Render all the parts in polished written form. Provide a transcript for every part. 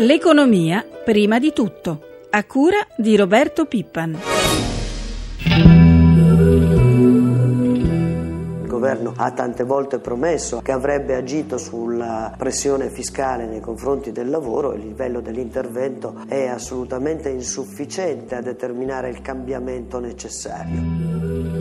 L'economia prima di tutto, a cura di Roberto Pippan. Il governo ha tante volte promesso che avrebbe agito sulla pressione fiscale nei confronti del lavoro. Il livello dell'intervento è assolutamente insufficiente a determinare il cambiamento necessario.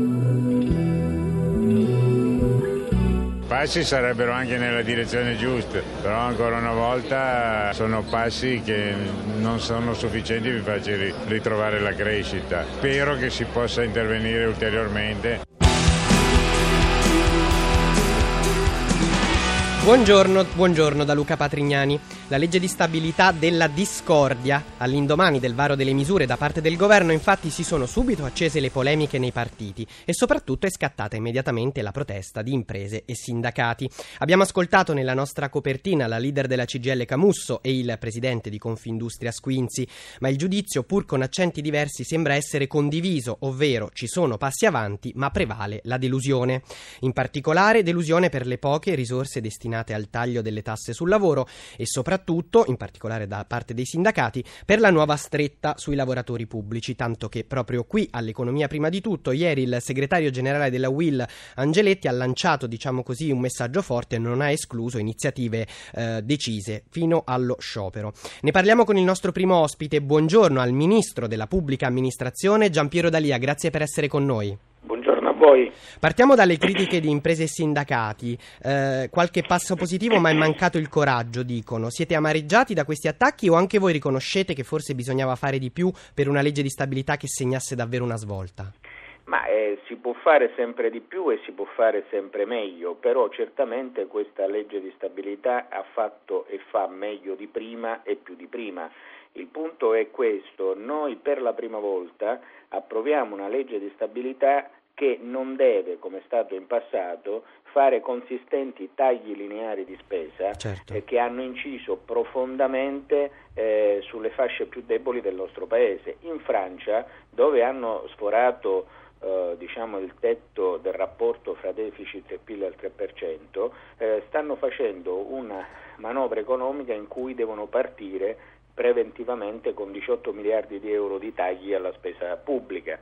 Passi sarebbero anche nella direzione giusta, però ancora una volta sono passi che non sono sufficienti per farci ritrovare la crescita. Spero che si possa intervenire ulteriormente. Buongiorno da Luca Patrignani. La legge di stabilità della discordia. All'indomani del varo delle misure da parte del governo, infatti, si sono subito accese le polemiche nei partiti e soprattutto è scattata immediatamente la protesta di imprese e sindacati. Abbiamo ascoltato nella nostra copertina la leader della CGIL Camusso e il presidente di Confindustria Squinzi, ma il giudizio, pur con accenti diversi, sembra essere condiviso, ovvero ci sono passi avanti, ma prevale la delusione. In particolare delusione per le poche risorse destinate al taglio delle tasse sul lavoro e soprattutto, in particolare da parte dei sindacati, per la nuova stretta sui lavoratori pubblici, tanto che proprio qui all'economia prima di tutto ieri il segretario generale della UIL Angeletti ha lanciato, diciamo così, un messaggio forte e non ha escluso iniziative decise fino allo sciopero. Ne parliamo con il nostro primo ospite. Buongiorno al ministro della pubblica amministrazione Gianpiero D'Alia, grazie per essere con noi. Buongiorno a voi. Partiamo dalle critiche di imprese e sindacati. Qualche passo positivo, ma è mancato il coraggio, dicono. Siete amareggiati da questi attacchi o anche voi riconoscete che forse bisognava fare di più per una legge di stabilità che segnasse davvero una svolta? Ma si può fare sempre di più e si può fare sempre meglio, però certamente questa legge di stabilità ha fatto e fa meglio di prima e più di prima. Il punto è questo: noi per la prima volta approviamo una legge di stabilità che non deve, come è stato in passato, fare consistenti tagli lineari di spesa, certo, che hanno inciso profondamente sulle fasce più deboli del nostro paese. In Francia, dove hanno sforato il tetto del rapporto fra deficit e PIL al 3%, stanno facendo una manovra economica in cui devono partire preventivamente con 18 miliardi di euro di tagli alla spesa pubblica.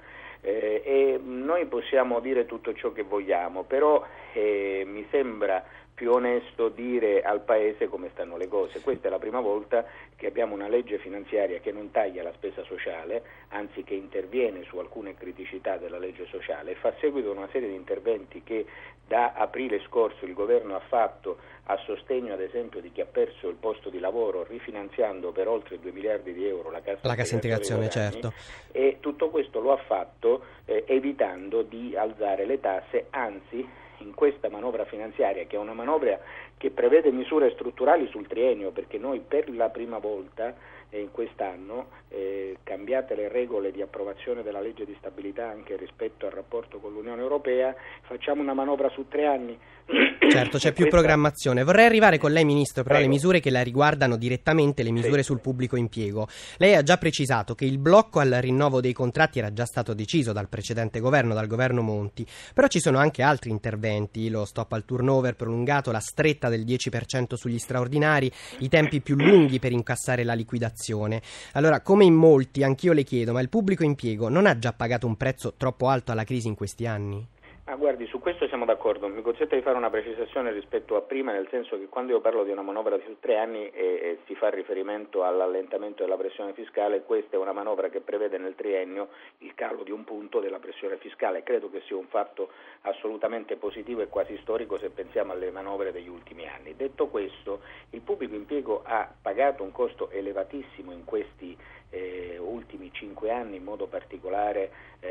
E noi possiamo dire tutto ciò che vogliamo, però mi sembra più onesto dire al Paese come stanno le cose. Questa è la prima volta che abbiamo una legge finanziaria che non taglia la spesa sociale, anzi che interviene su alcune criticità della legge sociale e fa seguito a una serie di interventi che da aprile scorso il governo ha fatto a sostegno ad esempio di chi ha perso il posto di lavoro, rifinanziando per oltre 2 miliardi di euro la cassa integrazione, certo. E tutto questo lo ha fatto evitando di alzare le tasse, anzi in questa manovra finanziaria, che è una manovra che prevede misure strutturali sul triennio, perché noi per la prima volta in quest'anno, cambiate le regole di approvazione della legge di stabilità anche rispetto al rapporto con l'Unione Europea, facciamo una manovra su 3 anni. Certo, c'è più programmazione. Vorrei arrivare con lei, Ministro, però alle misure che la riguardano direttamente, le misure sul pubblico impiego. Lei ha già precisato che il blocco al rinnovo dei contratti era già stato deciso dal precedente governo, dal governo Monti, però ci sono anche altri interventi, lo stop al turnover prolungato, la stretta del 10% sugli straordinari, i tempi più lunghi per incassare la liquidazione. Allora, come in molti, anch'io le chiedo, ma il pubblico impiego non ha già pagato un prezzo troppo alto alla crisi in questi anni? Ma guardi, su questo siamo d'accordo. Mi consente di fare una precisazione rispetto a prima, nel senso che quando io parlo di una manovra su 3 anni si fa riferimento all'allentamento della pressione fiscale. Questa è una manovra che prevede nel triennio il calo di 1 punto della pressione fiscale. Credo che sia un fatto assolutamente positivo e quasi storico se pensiamo alle manovre degli ultimi anni. Detto questo, il pubblico impiego ha pagato un costo elevatissimo in questi ultimi 5 anni, in modo particolare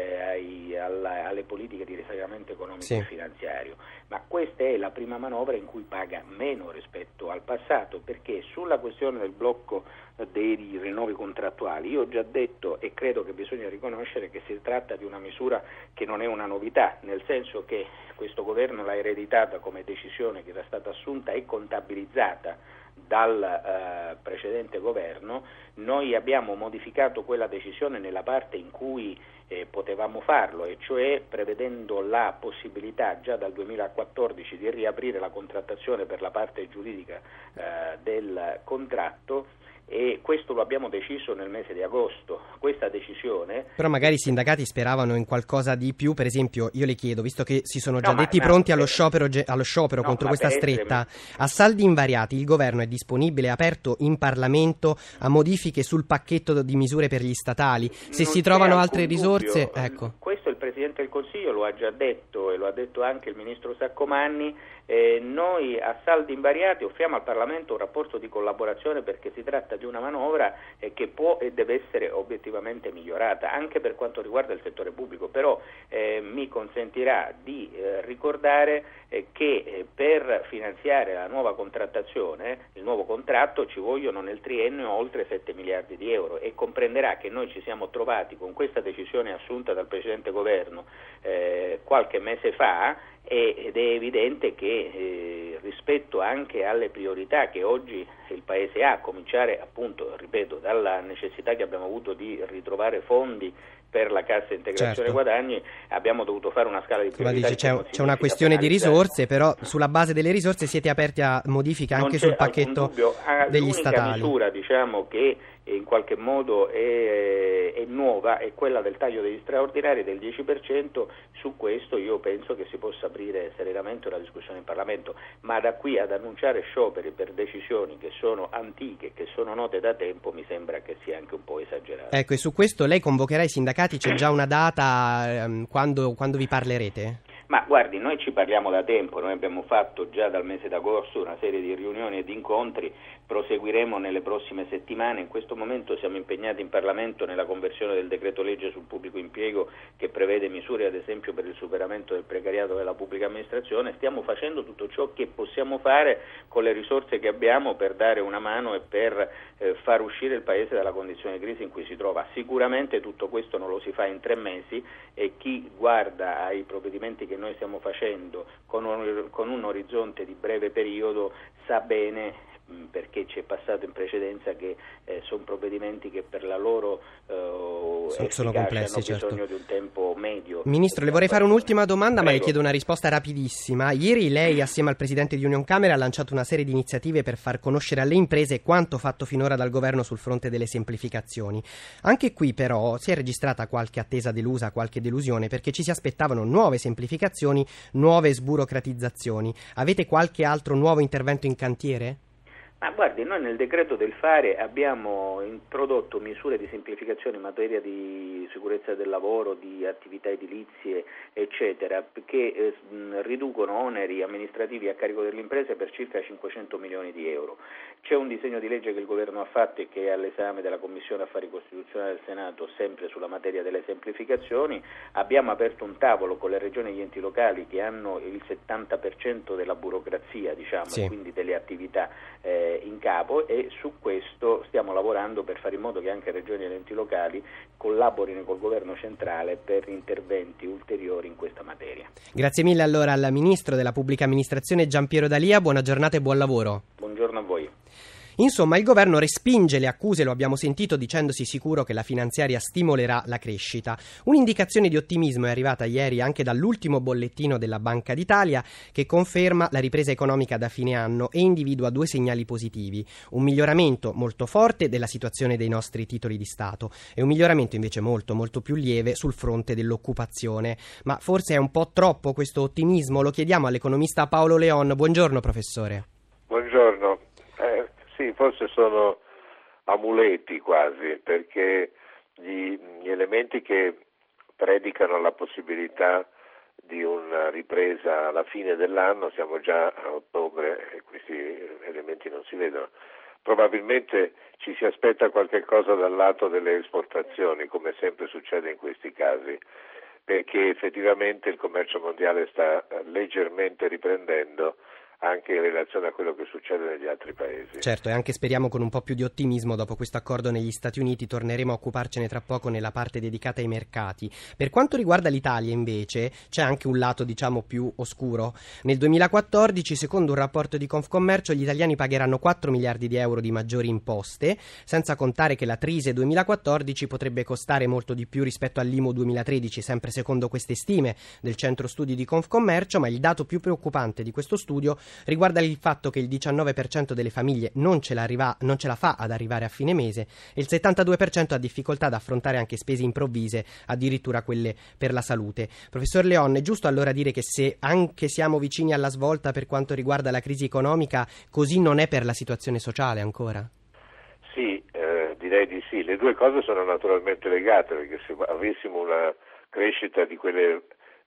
alle politiche di risanamento economico e finanziario, ma questa è la prima manovra in cui paga meno rispetto al passato, perché sulla questione del blocco dei rinnovi contrattuali io ho già detto e credo che bisogna riconoscere che si tratta di una misura che non è una novità, nel senso che questo governo l'ha ereditata come decisione che era stata assunta e contabilizzata dal precedente governo. Noi abbiamo modificato quella decisione nella parte in cui potevamo farlo, e cioè prevedendo la possibilità già dal 2014 di riaprire la contrattazione per la parte giuridica del contratto e questo lo abbiamo deciso nel mese di agosto. Questa decisione... Però magari i sindacati speravano in qualcosa di più, per esempio io le chiedo, visto che si sono già detti pronti allo sciopero contro questa stretta, a saldi invariati il governo è disponibile, è aperto in Parlamento a modifiche sul pacchetto di misure per gli statali, se si trovano altre risorse, ecco. Questo il Presidente del Consiglio lo ha già detto e lo ha detto anche il Ministro Saccomanni. Noi a saldi invariati offriamo al Parlamento un rapporto di collaborazione perché si tratta di una manovra che può e deve essere obiettivamente migliorata anche per quanto riguarda il settore pubblico, però mi consentirà di ricordare che per finanziare la nuova contrattazione, il nuovo contratto, ci vogliono nel triennio oltre 7 miliardi di euro e comprenderà che noi ci siamo trovati con questa decisione assunta dal precedente governo qualche mese fa ed è evidente che rispetto anche alle priorità che oggi il Paese ha, a cominciare appunto, ripeto, dalla necessità che abbiamo avuto di ritrovare fondi per la cassa integrazione guadagni, abbiamo dovuto fare una scala di priorità. C'è una questione di risorse, però sulla base delle risorse siete aperti a modifiche anche sul pacchetto degli statali. L'unica misura, diciamo, che in qualche modo è nuova è quella del taglio degli straordinari del 10%. Su questo io penso che si possa aprire serenamente una discussione in Parlamento, ma da qui ad annunciare scioperi per decisioni che sono antiche, che sono note da tempo, mi sembra che sia anche un po' esagerato. Ecco, e su questo lei convocherà i sindacati, c'è già una data quando vi parlerete? Ma guardi, noi ci parliamo da tempo, noi abbiamo fatto già dal mese d'agosto una serie di riunioni e di incontri, proseguiremo nelle prossime settimane. In questo momento siamo impegnati in Parlamento nella conversione del decreto legge sul pubblico impiego che prevede misure ad esempio per il superamento del precariato della pubblica amministrazione. Stiamo facendo tutto ciò che possiamo fare con le risorse che abbiamo per dare una mano e per far uscire il Paese dalla condizione di crisi in cui si trova. Sicuramente tutto questo non lo si fa in 3 mesi e chi guarda ai provvedimenti che noi stiamo facendo con un orizzonte di breve periodo sa bene, perché ci è passato in precedenza, che sono provvedimenti che per la loro sono complessi, hanno bisogno di un tempo medio. Ministro, le vorrei fare un'ultima domanda, ma le chiedo una risposta rapidissima. Ieri lei, assieme al Presidente di Unioncamere, ha lanciato una serie di iniziative per far conoscere alle imprese quanto fatto finora dal governo sul fronte delle semplificazioni. Anche qui però si è registrata qualche attesa delusa, qualche delusione, perché ci si aspettavano nuove semplificazioni, nuove sburocratizzazioni. Avete qualche altro nuovo intervento in cantiere? Ma guardi, noi nel decreto del fare abbiamo introdotto misure di semplificazione in materia di sicurezza del lavoro, di attività edilizie, eccetera, che riducono oneri amministrativi a carico delle imprese per circa 500 milioni di euro. C'è un disegno di legge che il governo ha fatto e che è all'esame della Commissione Affari Costituzionali del Senato, sempre sulla materia delle semplificazioni. Abbiamo aperto un tavolo con le regioni e gli enti locali che hanno il 70% della burocrazia, diciamo, sì, e quindi delle attività in capo, e su questo stiamo lavorando per fare in modo che anche regioni ed enti locali collaborino col governo centrale per interventi ulteriori in questa materia. Grazie mille allora al Ministro della Pubblica Amministrazione Giampiero D'Alia, buona giornata e buon lavoro. Buongiorno a voi. Insomma, il governo respinge le accuse, lo abbiamo sentito, dicendosi sicuro che la finanziaria stimolerà la crescita. Un'indicazione di ottimismo è arrivata ieri anche dall'ultimo bollettino della Banca d'Italia, che conferma la ripresa economica da fine anno e individua 2 segnali positivi: un miglioramento molto forte della situazione dei nostri titoli di Stato e un miglioramento invece molto più lieve sul fronte dell'occupazione. Ma forse è un po' troppo questo ottimismo? Lo chiediamo all'economista Paolo Leon. Buongiorno professore. Buongiorno. Sì, forse sono amuleti quasi, perché gli elementi che predicano la possibilità di una ripresa alla fine dell'anno, siamo già a ottobre e questi elementi non si vedono. Probabilmente ci si aspetta qualche cosa dal lato delle esportazioni, come sempre succede in questi casi, perché effettivamente il commercio mondiale sta leggermente riprendendo, anche in relazione a quello che succede negli altri paesi. Certo, e anche speriamo con un po' più di ottimismo dopo questo accordo negli Stati Uniti. Torneremo a occuparcene tra poco nella parte dedicata ai mercati. Per quanto riguarda l'Italia invece c'è anche un lato diciamo più oscuro. Nel 2014, secondo un rapporto di Confcommercio, gli italiani pagheranno 4 miliardi di euro di maggiori imposte, senza contare che la Trise 2014 potrebbe costare molto di più rispetto all'IMU 2013, sempre secondo queste stime del centro studi di Confcommercio. Ma il dato più preoccupante di questo studio riguarda il fatto che il 19% delle famiglie non ce la fa ad arrivare a fine mese e il 72% ha difficoltà ad affrontare anche spese improvvise, addirittura quelle per la salute. Professor Leon, è giusto allora dire che se anche siamo vicini alla svolta per quanto riguarda la crisi economica, così non è per la situazione sociale ancora? Sì, direi di sì. Le due cose sono naturalmente legate, perché se avessimo una crescita di quelle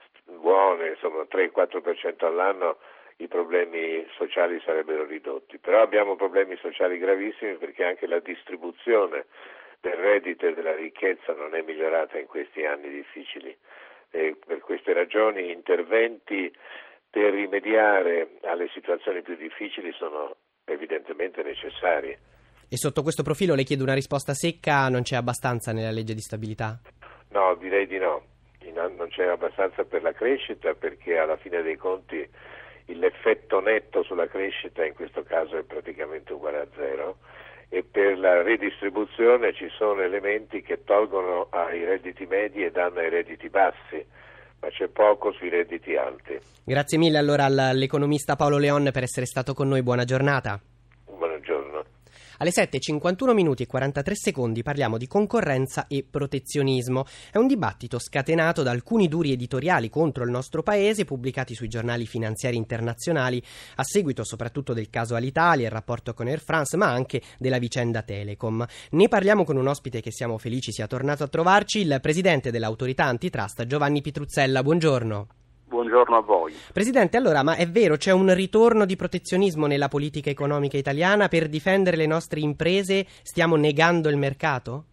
buone, insomma 3-4% all'anno, i problemi sociali sarebbero ridotti. Però abbiamo problemi sociali gravissimi perché anche la distribuzione del reddito e della ricchezza non è migliorata in questi anni difficili. E per queste ragioni interventi per rimediare alle situazioni più difficili sono evidentemente necessari. E sotto questo profilo le chiedo una risposta secca: non c'è abbastanza nella legge di stabilità? No, direi di no. Non c'è abbastanza per la crescita, perché alla fine dei conti l'effetto netto sulla crescita in questo caso è praticamente uguale a zero, e per la redistribuzione ci sono elementi che tolgono ai redditi medi e danno ai redditi bassi, ma c'è poco sui redditi alti. Grazie mille allora all'economista Paolo Leon per essere stato con noi. Buona giornata. Buongiorno. Alle 7:51 minuti e 43 secondi parliamo di concorrenza e protezionismo. È un dibattito scatenato da alcuni duri editoriali contro il nostro paese pubblicati sui giornali finanziari internazionali a seguito soprattutto del caso Alitalia, il rapporto con Air France, ma anche della vicenda Telecom. Ne parliamo con un ospite che siamo felici sia tornato a trovarci, il presidente dell'autorità antitrust Giovanni Pitruzzella. Buongiorno. Buongiorno a voi. Presidente, allora, ma è vero, c'è un ritorno di protezionismo nella politica economica italiana? Per difendere le nostre imprese stiamo negando il mercato?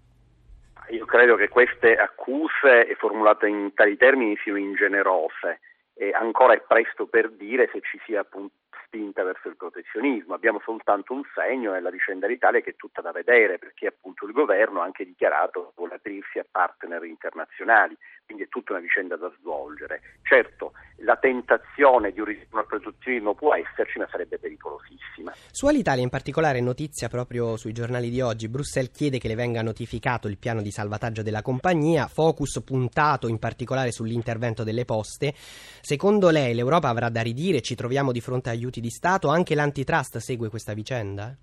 Io credo che queste accuse formulate in tali termini siano ingenerose e ancora è presto per dire se ci sia appunto spinta verso il protezionismo. Abbiamo soltanto un segno nella vicenda d'Italia che è tutta da vedere, perché appunto il governo ha anche dichiarato che vuole aprirsi a partner internazionali, quindi è tutta una vicenda da svolgere. Certo, la tentazione di un ritorno al protezionismo può esserci, ma sarebbe pericolosissima. Su Alitalia in particolare, notizia proprio sui giornali di oggi, Bruxelles chiede che le venga notificato il piano di salvataggio della compagnia, focus puntato in particolare sull'intervento delle poste. Secondo lei l'Europa avrà da ridire? Ci troviamo di fronte a aiuti di Stato? Anche l'antitrust segue questa vicenda?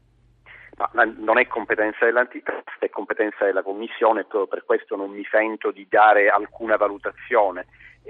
Ma non è competenza dell'antitrust, è competenza della Commissione, e proprio per questo non mi sento di dare alcuna valutazione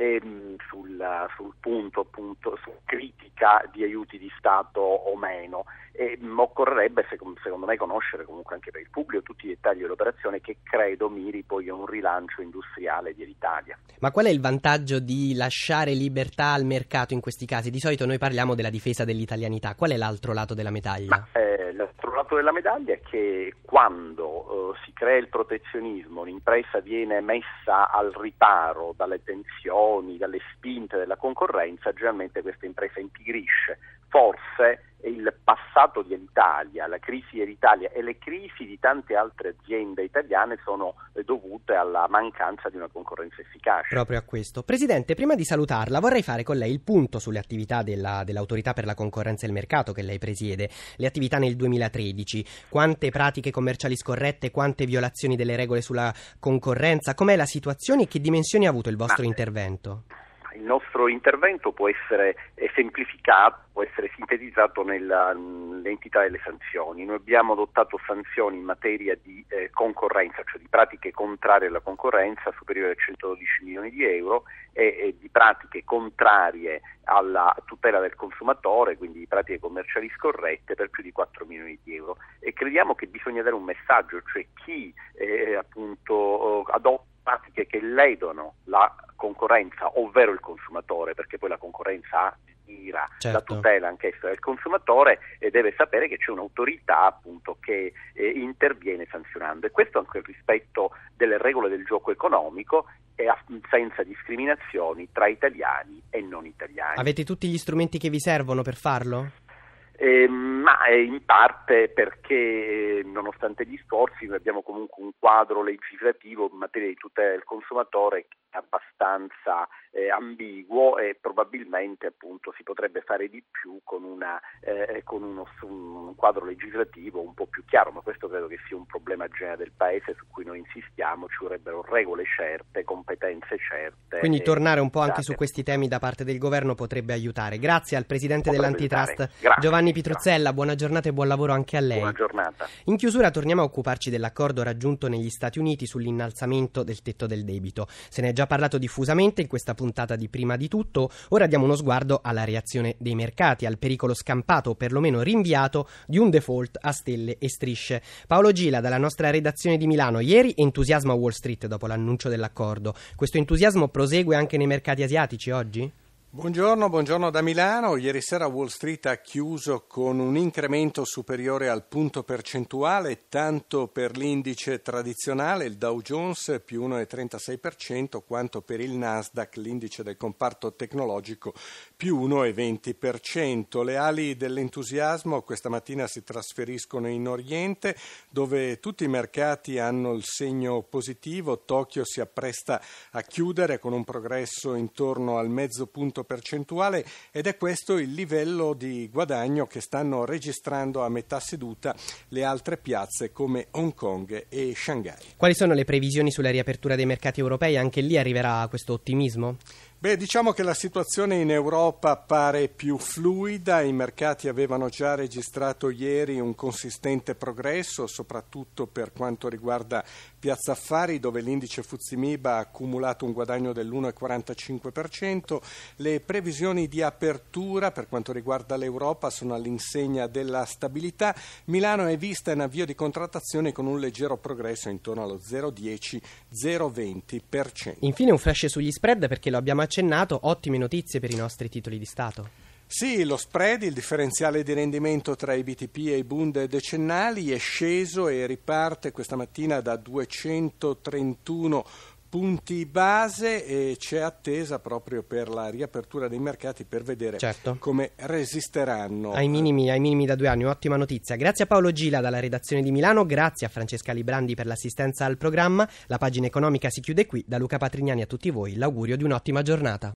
sul punto appunto su critica di aiuti di Stato o meno. Occorrerebbe secondo me conoscere comunque anche per il pubblico tutti i dettagli dell'operazione, che credo miri poi a un rilancio industriale di Alitalia. Ma qual è il vantaggio di lasciare libertà al mercato in questi casi? Di solito noi parliamo della difesa dell'italianità, qual è l'altro lato della medaglia? L'altro lato della medaglia è che quando si crea il protezionismo, l'impresa viene messa al riparo dalle tensioni, dalle spinte della concorrenza, generalmente questa impresa impigrisce. Forse il passato di Alitalia, la crisi dell'Italia e le crisi di tante altre aziende italiane sono dovute alla mancanza di una concorrenza efficace. Proprio a questo. Presidente, prima di salutarla vorrei fare con lei il punto sulle attività dell'autorità per la concorrenza e il mercato che lei presiede, le attività nel 2013, quante pratiche commerciali scorrette, quante violazioni delle regole sulla concorrenza, com'è la situazione e che dimensioni ha avuto il vostro intervento? Il nostro intervento può essere semplificato, può essere sintetizzato nell'entità delle sanzioni. Noi abbiamo adottato sanzioni in materia di concorrenza, cioè di pratiche contrarie alla concorrenza superiori a 112 milioni di euro e di pratiche contrarie alla tutela del consumatore, quindi di pratiche commerciali scorrette per più di 4 milioni di euro. E crediamo che bisogna dare un messaggio, cioè chi appunto adotta pratiche che ledono la concorrenza, ovvero il consumatore, perché poi la concorrenza ha la tutela anch'essa del consumatore, e deve sapere che c'è un'autorità appunto che interviene sanzionando, e questo anche rispetto delle regole del gioco economico e senza discriminazioni tra italiani e non italiani. Avete tutti gli strumenti che vi servono per farlo? Ma in parte perché nonostante gli sforzi noi abbiamo comunque un quadro legislativo in materia di tutela del consumatore che abbastanza ambiguo e probabilmente appunto si potrebbe fare di più con un quadro legislativo un po' più chiaro, ma questo credo che sia un problema generale del Paese su cui noi insistiamo. Ci vorrebbero regole certe, competenze certe. Quindi tornare un po' anche su questi temi da parte del governo potrebbe aiutare. Grazie al presidente dell'Antitrust Giovanni Pitruzzella, buona giornata e buon lavoro anche a lei. Buona giornata. In chiusura torniamo a occuparci dell'accordo raggiunto negli Stati Uniti sull'innalzamento del tetto del debito. Se ne è già parlato diffusamente in questa puntata di Prima di Tutto. Ora diamo uno sguardo alla reazione dei mercati, al pericolo scampato o perlomeno rinviato di un default a stelle e strisce. Paolo Gila dalla nostra redazione di Milano. Ieri entusiasmo a Wall Street dopo l'annuncio dell'accordo. Questo entusiasmo prosegue anche nei mercati asiatici oggi? Buongiorno da Milano. Ieri sera Wall Street ha chiuso con un incremento superiore al punto percentuale, tanto per l'indice tradizionale, il Dow Jones più 1,36%, quanto per il Nasdaq, l'indice del comparto tecnologico, più 1,20%. Le ali dell'entusiasmo questa mattina si trasferiscono in Oriente, dove tutti i mercati hanno il segno positivo. Tokyo si appresta a chiudere con un progresso intorno al mezzo punto percentuale ed è questo il livello di guadagno che stanno registrando a metà seduta le altre piazze come Hong Kong e Shanghai. Quali sono le previsioni sulla riapertura dei mercati europei? Anche lì arriverà questo ottimismo? Diciamo che la situazione in Europa pare più fluida. I mercati avevano già registrato ieri un consistente progresso, soprattutto per quanto riguarda Piazza Affari, dove l'indice FTSE MIB ha accumulato un guadagno dell'1,45%. Le previsioni di apertura per quanto riguarda l'Europa sono all'insegna della stabilità. Milano è vista in avvio di contrattazione con un leggero progresso intorno allo 0,10-0,20%. Infine un flash sugli spread, perché lo abbiamo accennato, ottime notizie per i nostri titoli di Stato. Sì, lo spread, il differenziale di rendimento tra i BTP e i Bund decennali, è sceso e riparte questa mattina da 231 punti base e c'è attesa proprio per la riapertura dei mercati per vedere come resisteranno ai minimi da 2 anni. Ottima notizia. Grazie a Paolo Gila dalla redazione di Milano, grazie a Francesca Librandi per l'assistenza al programma. La pagina economica si chiude qui. Da Luca Patrignani a tutti voi l'augurio di un'ottima giornata.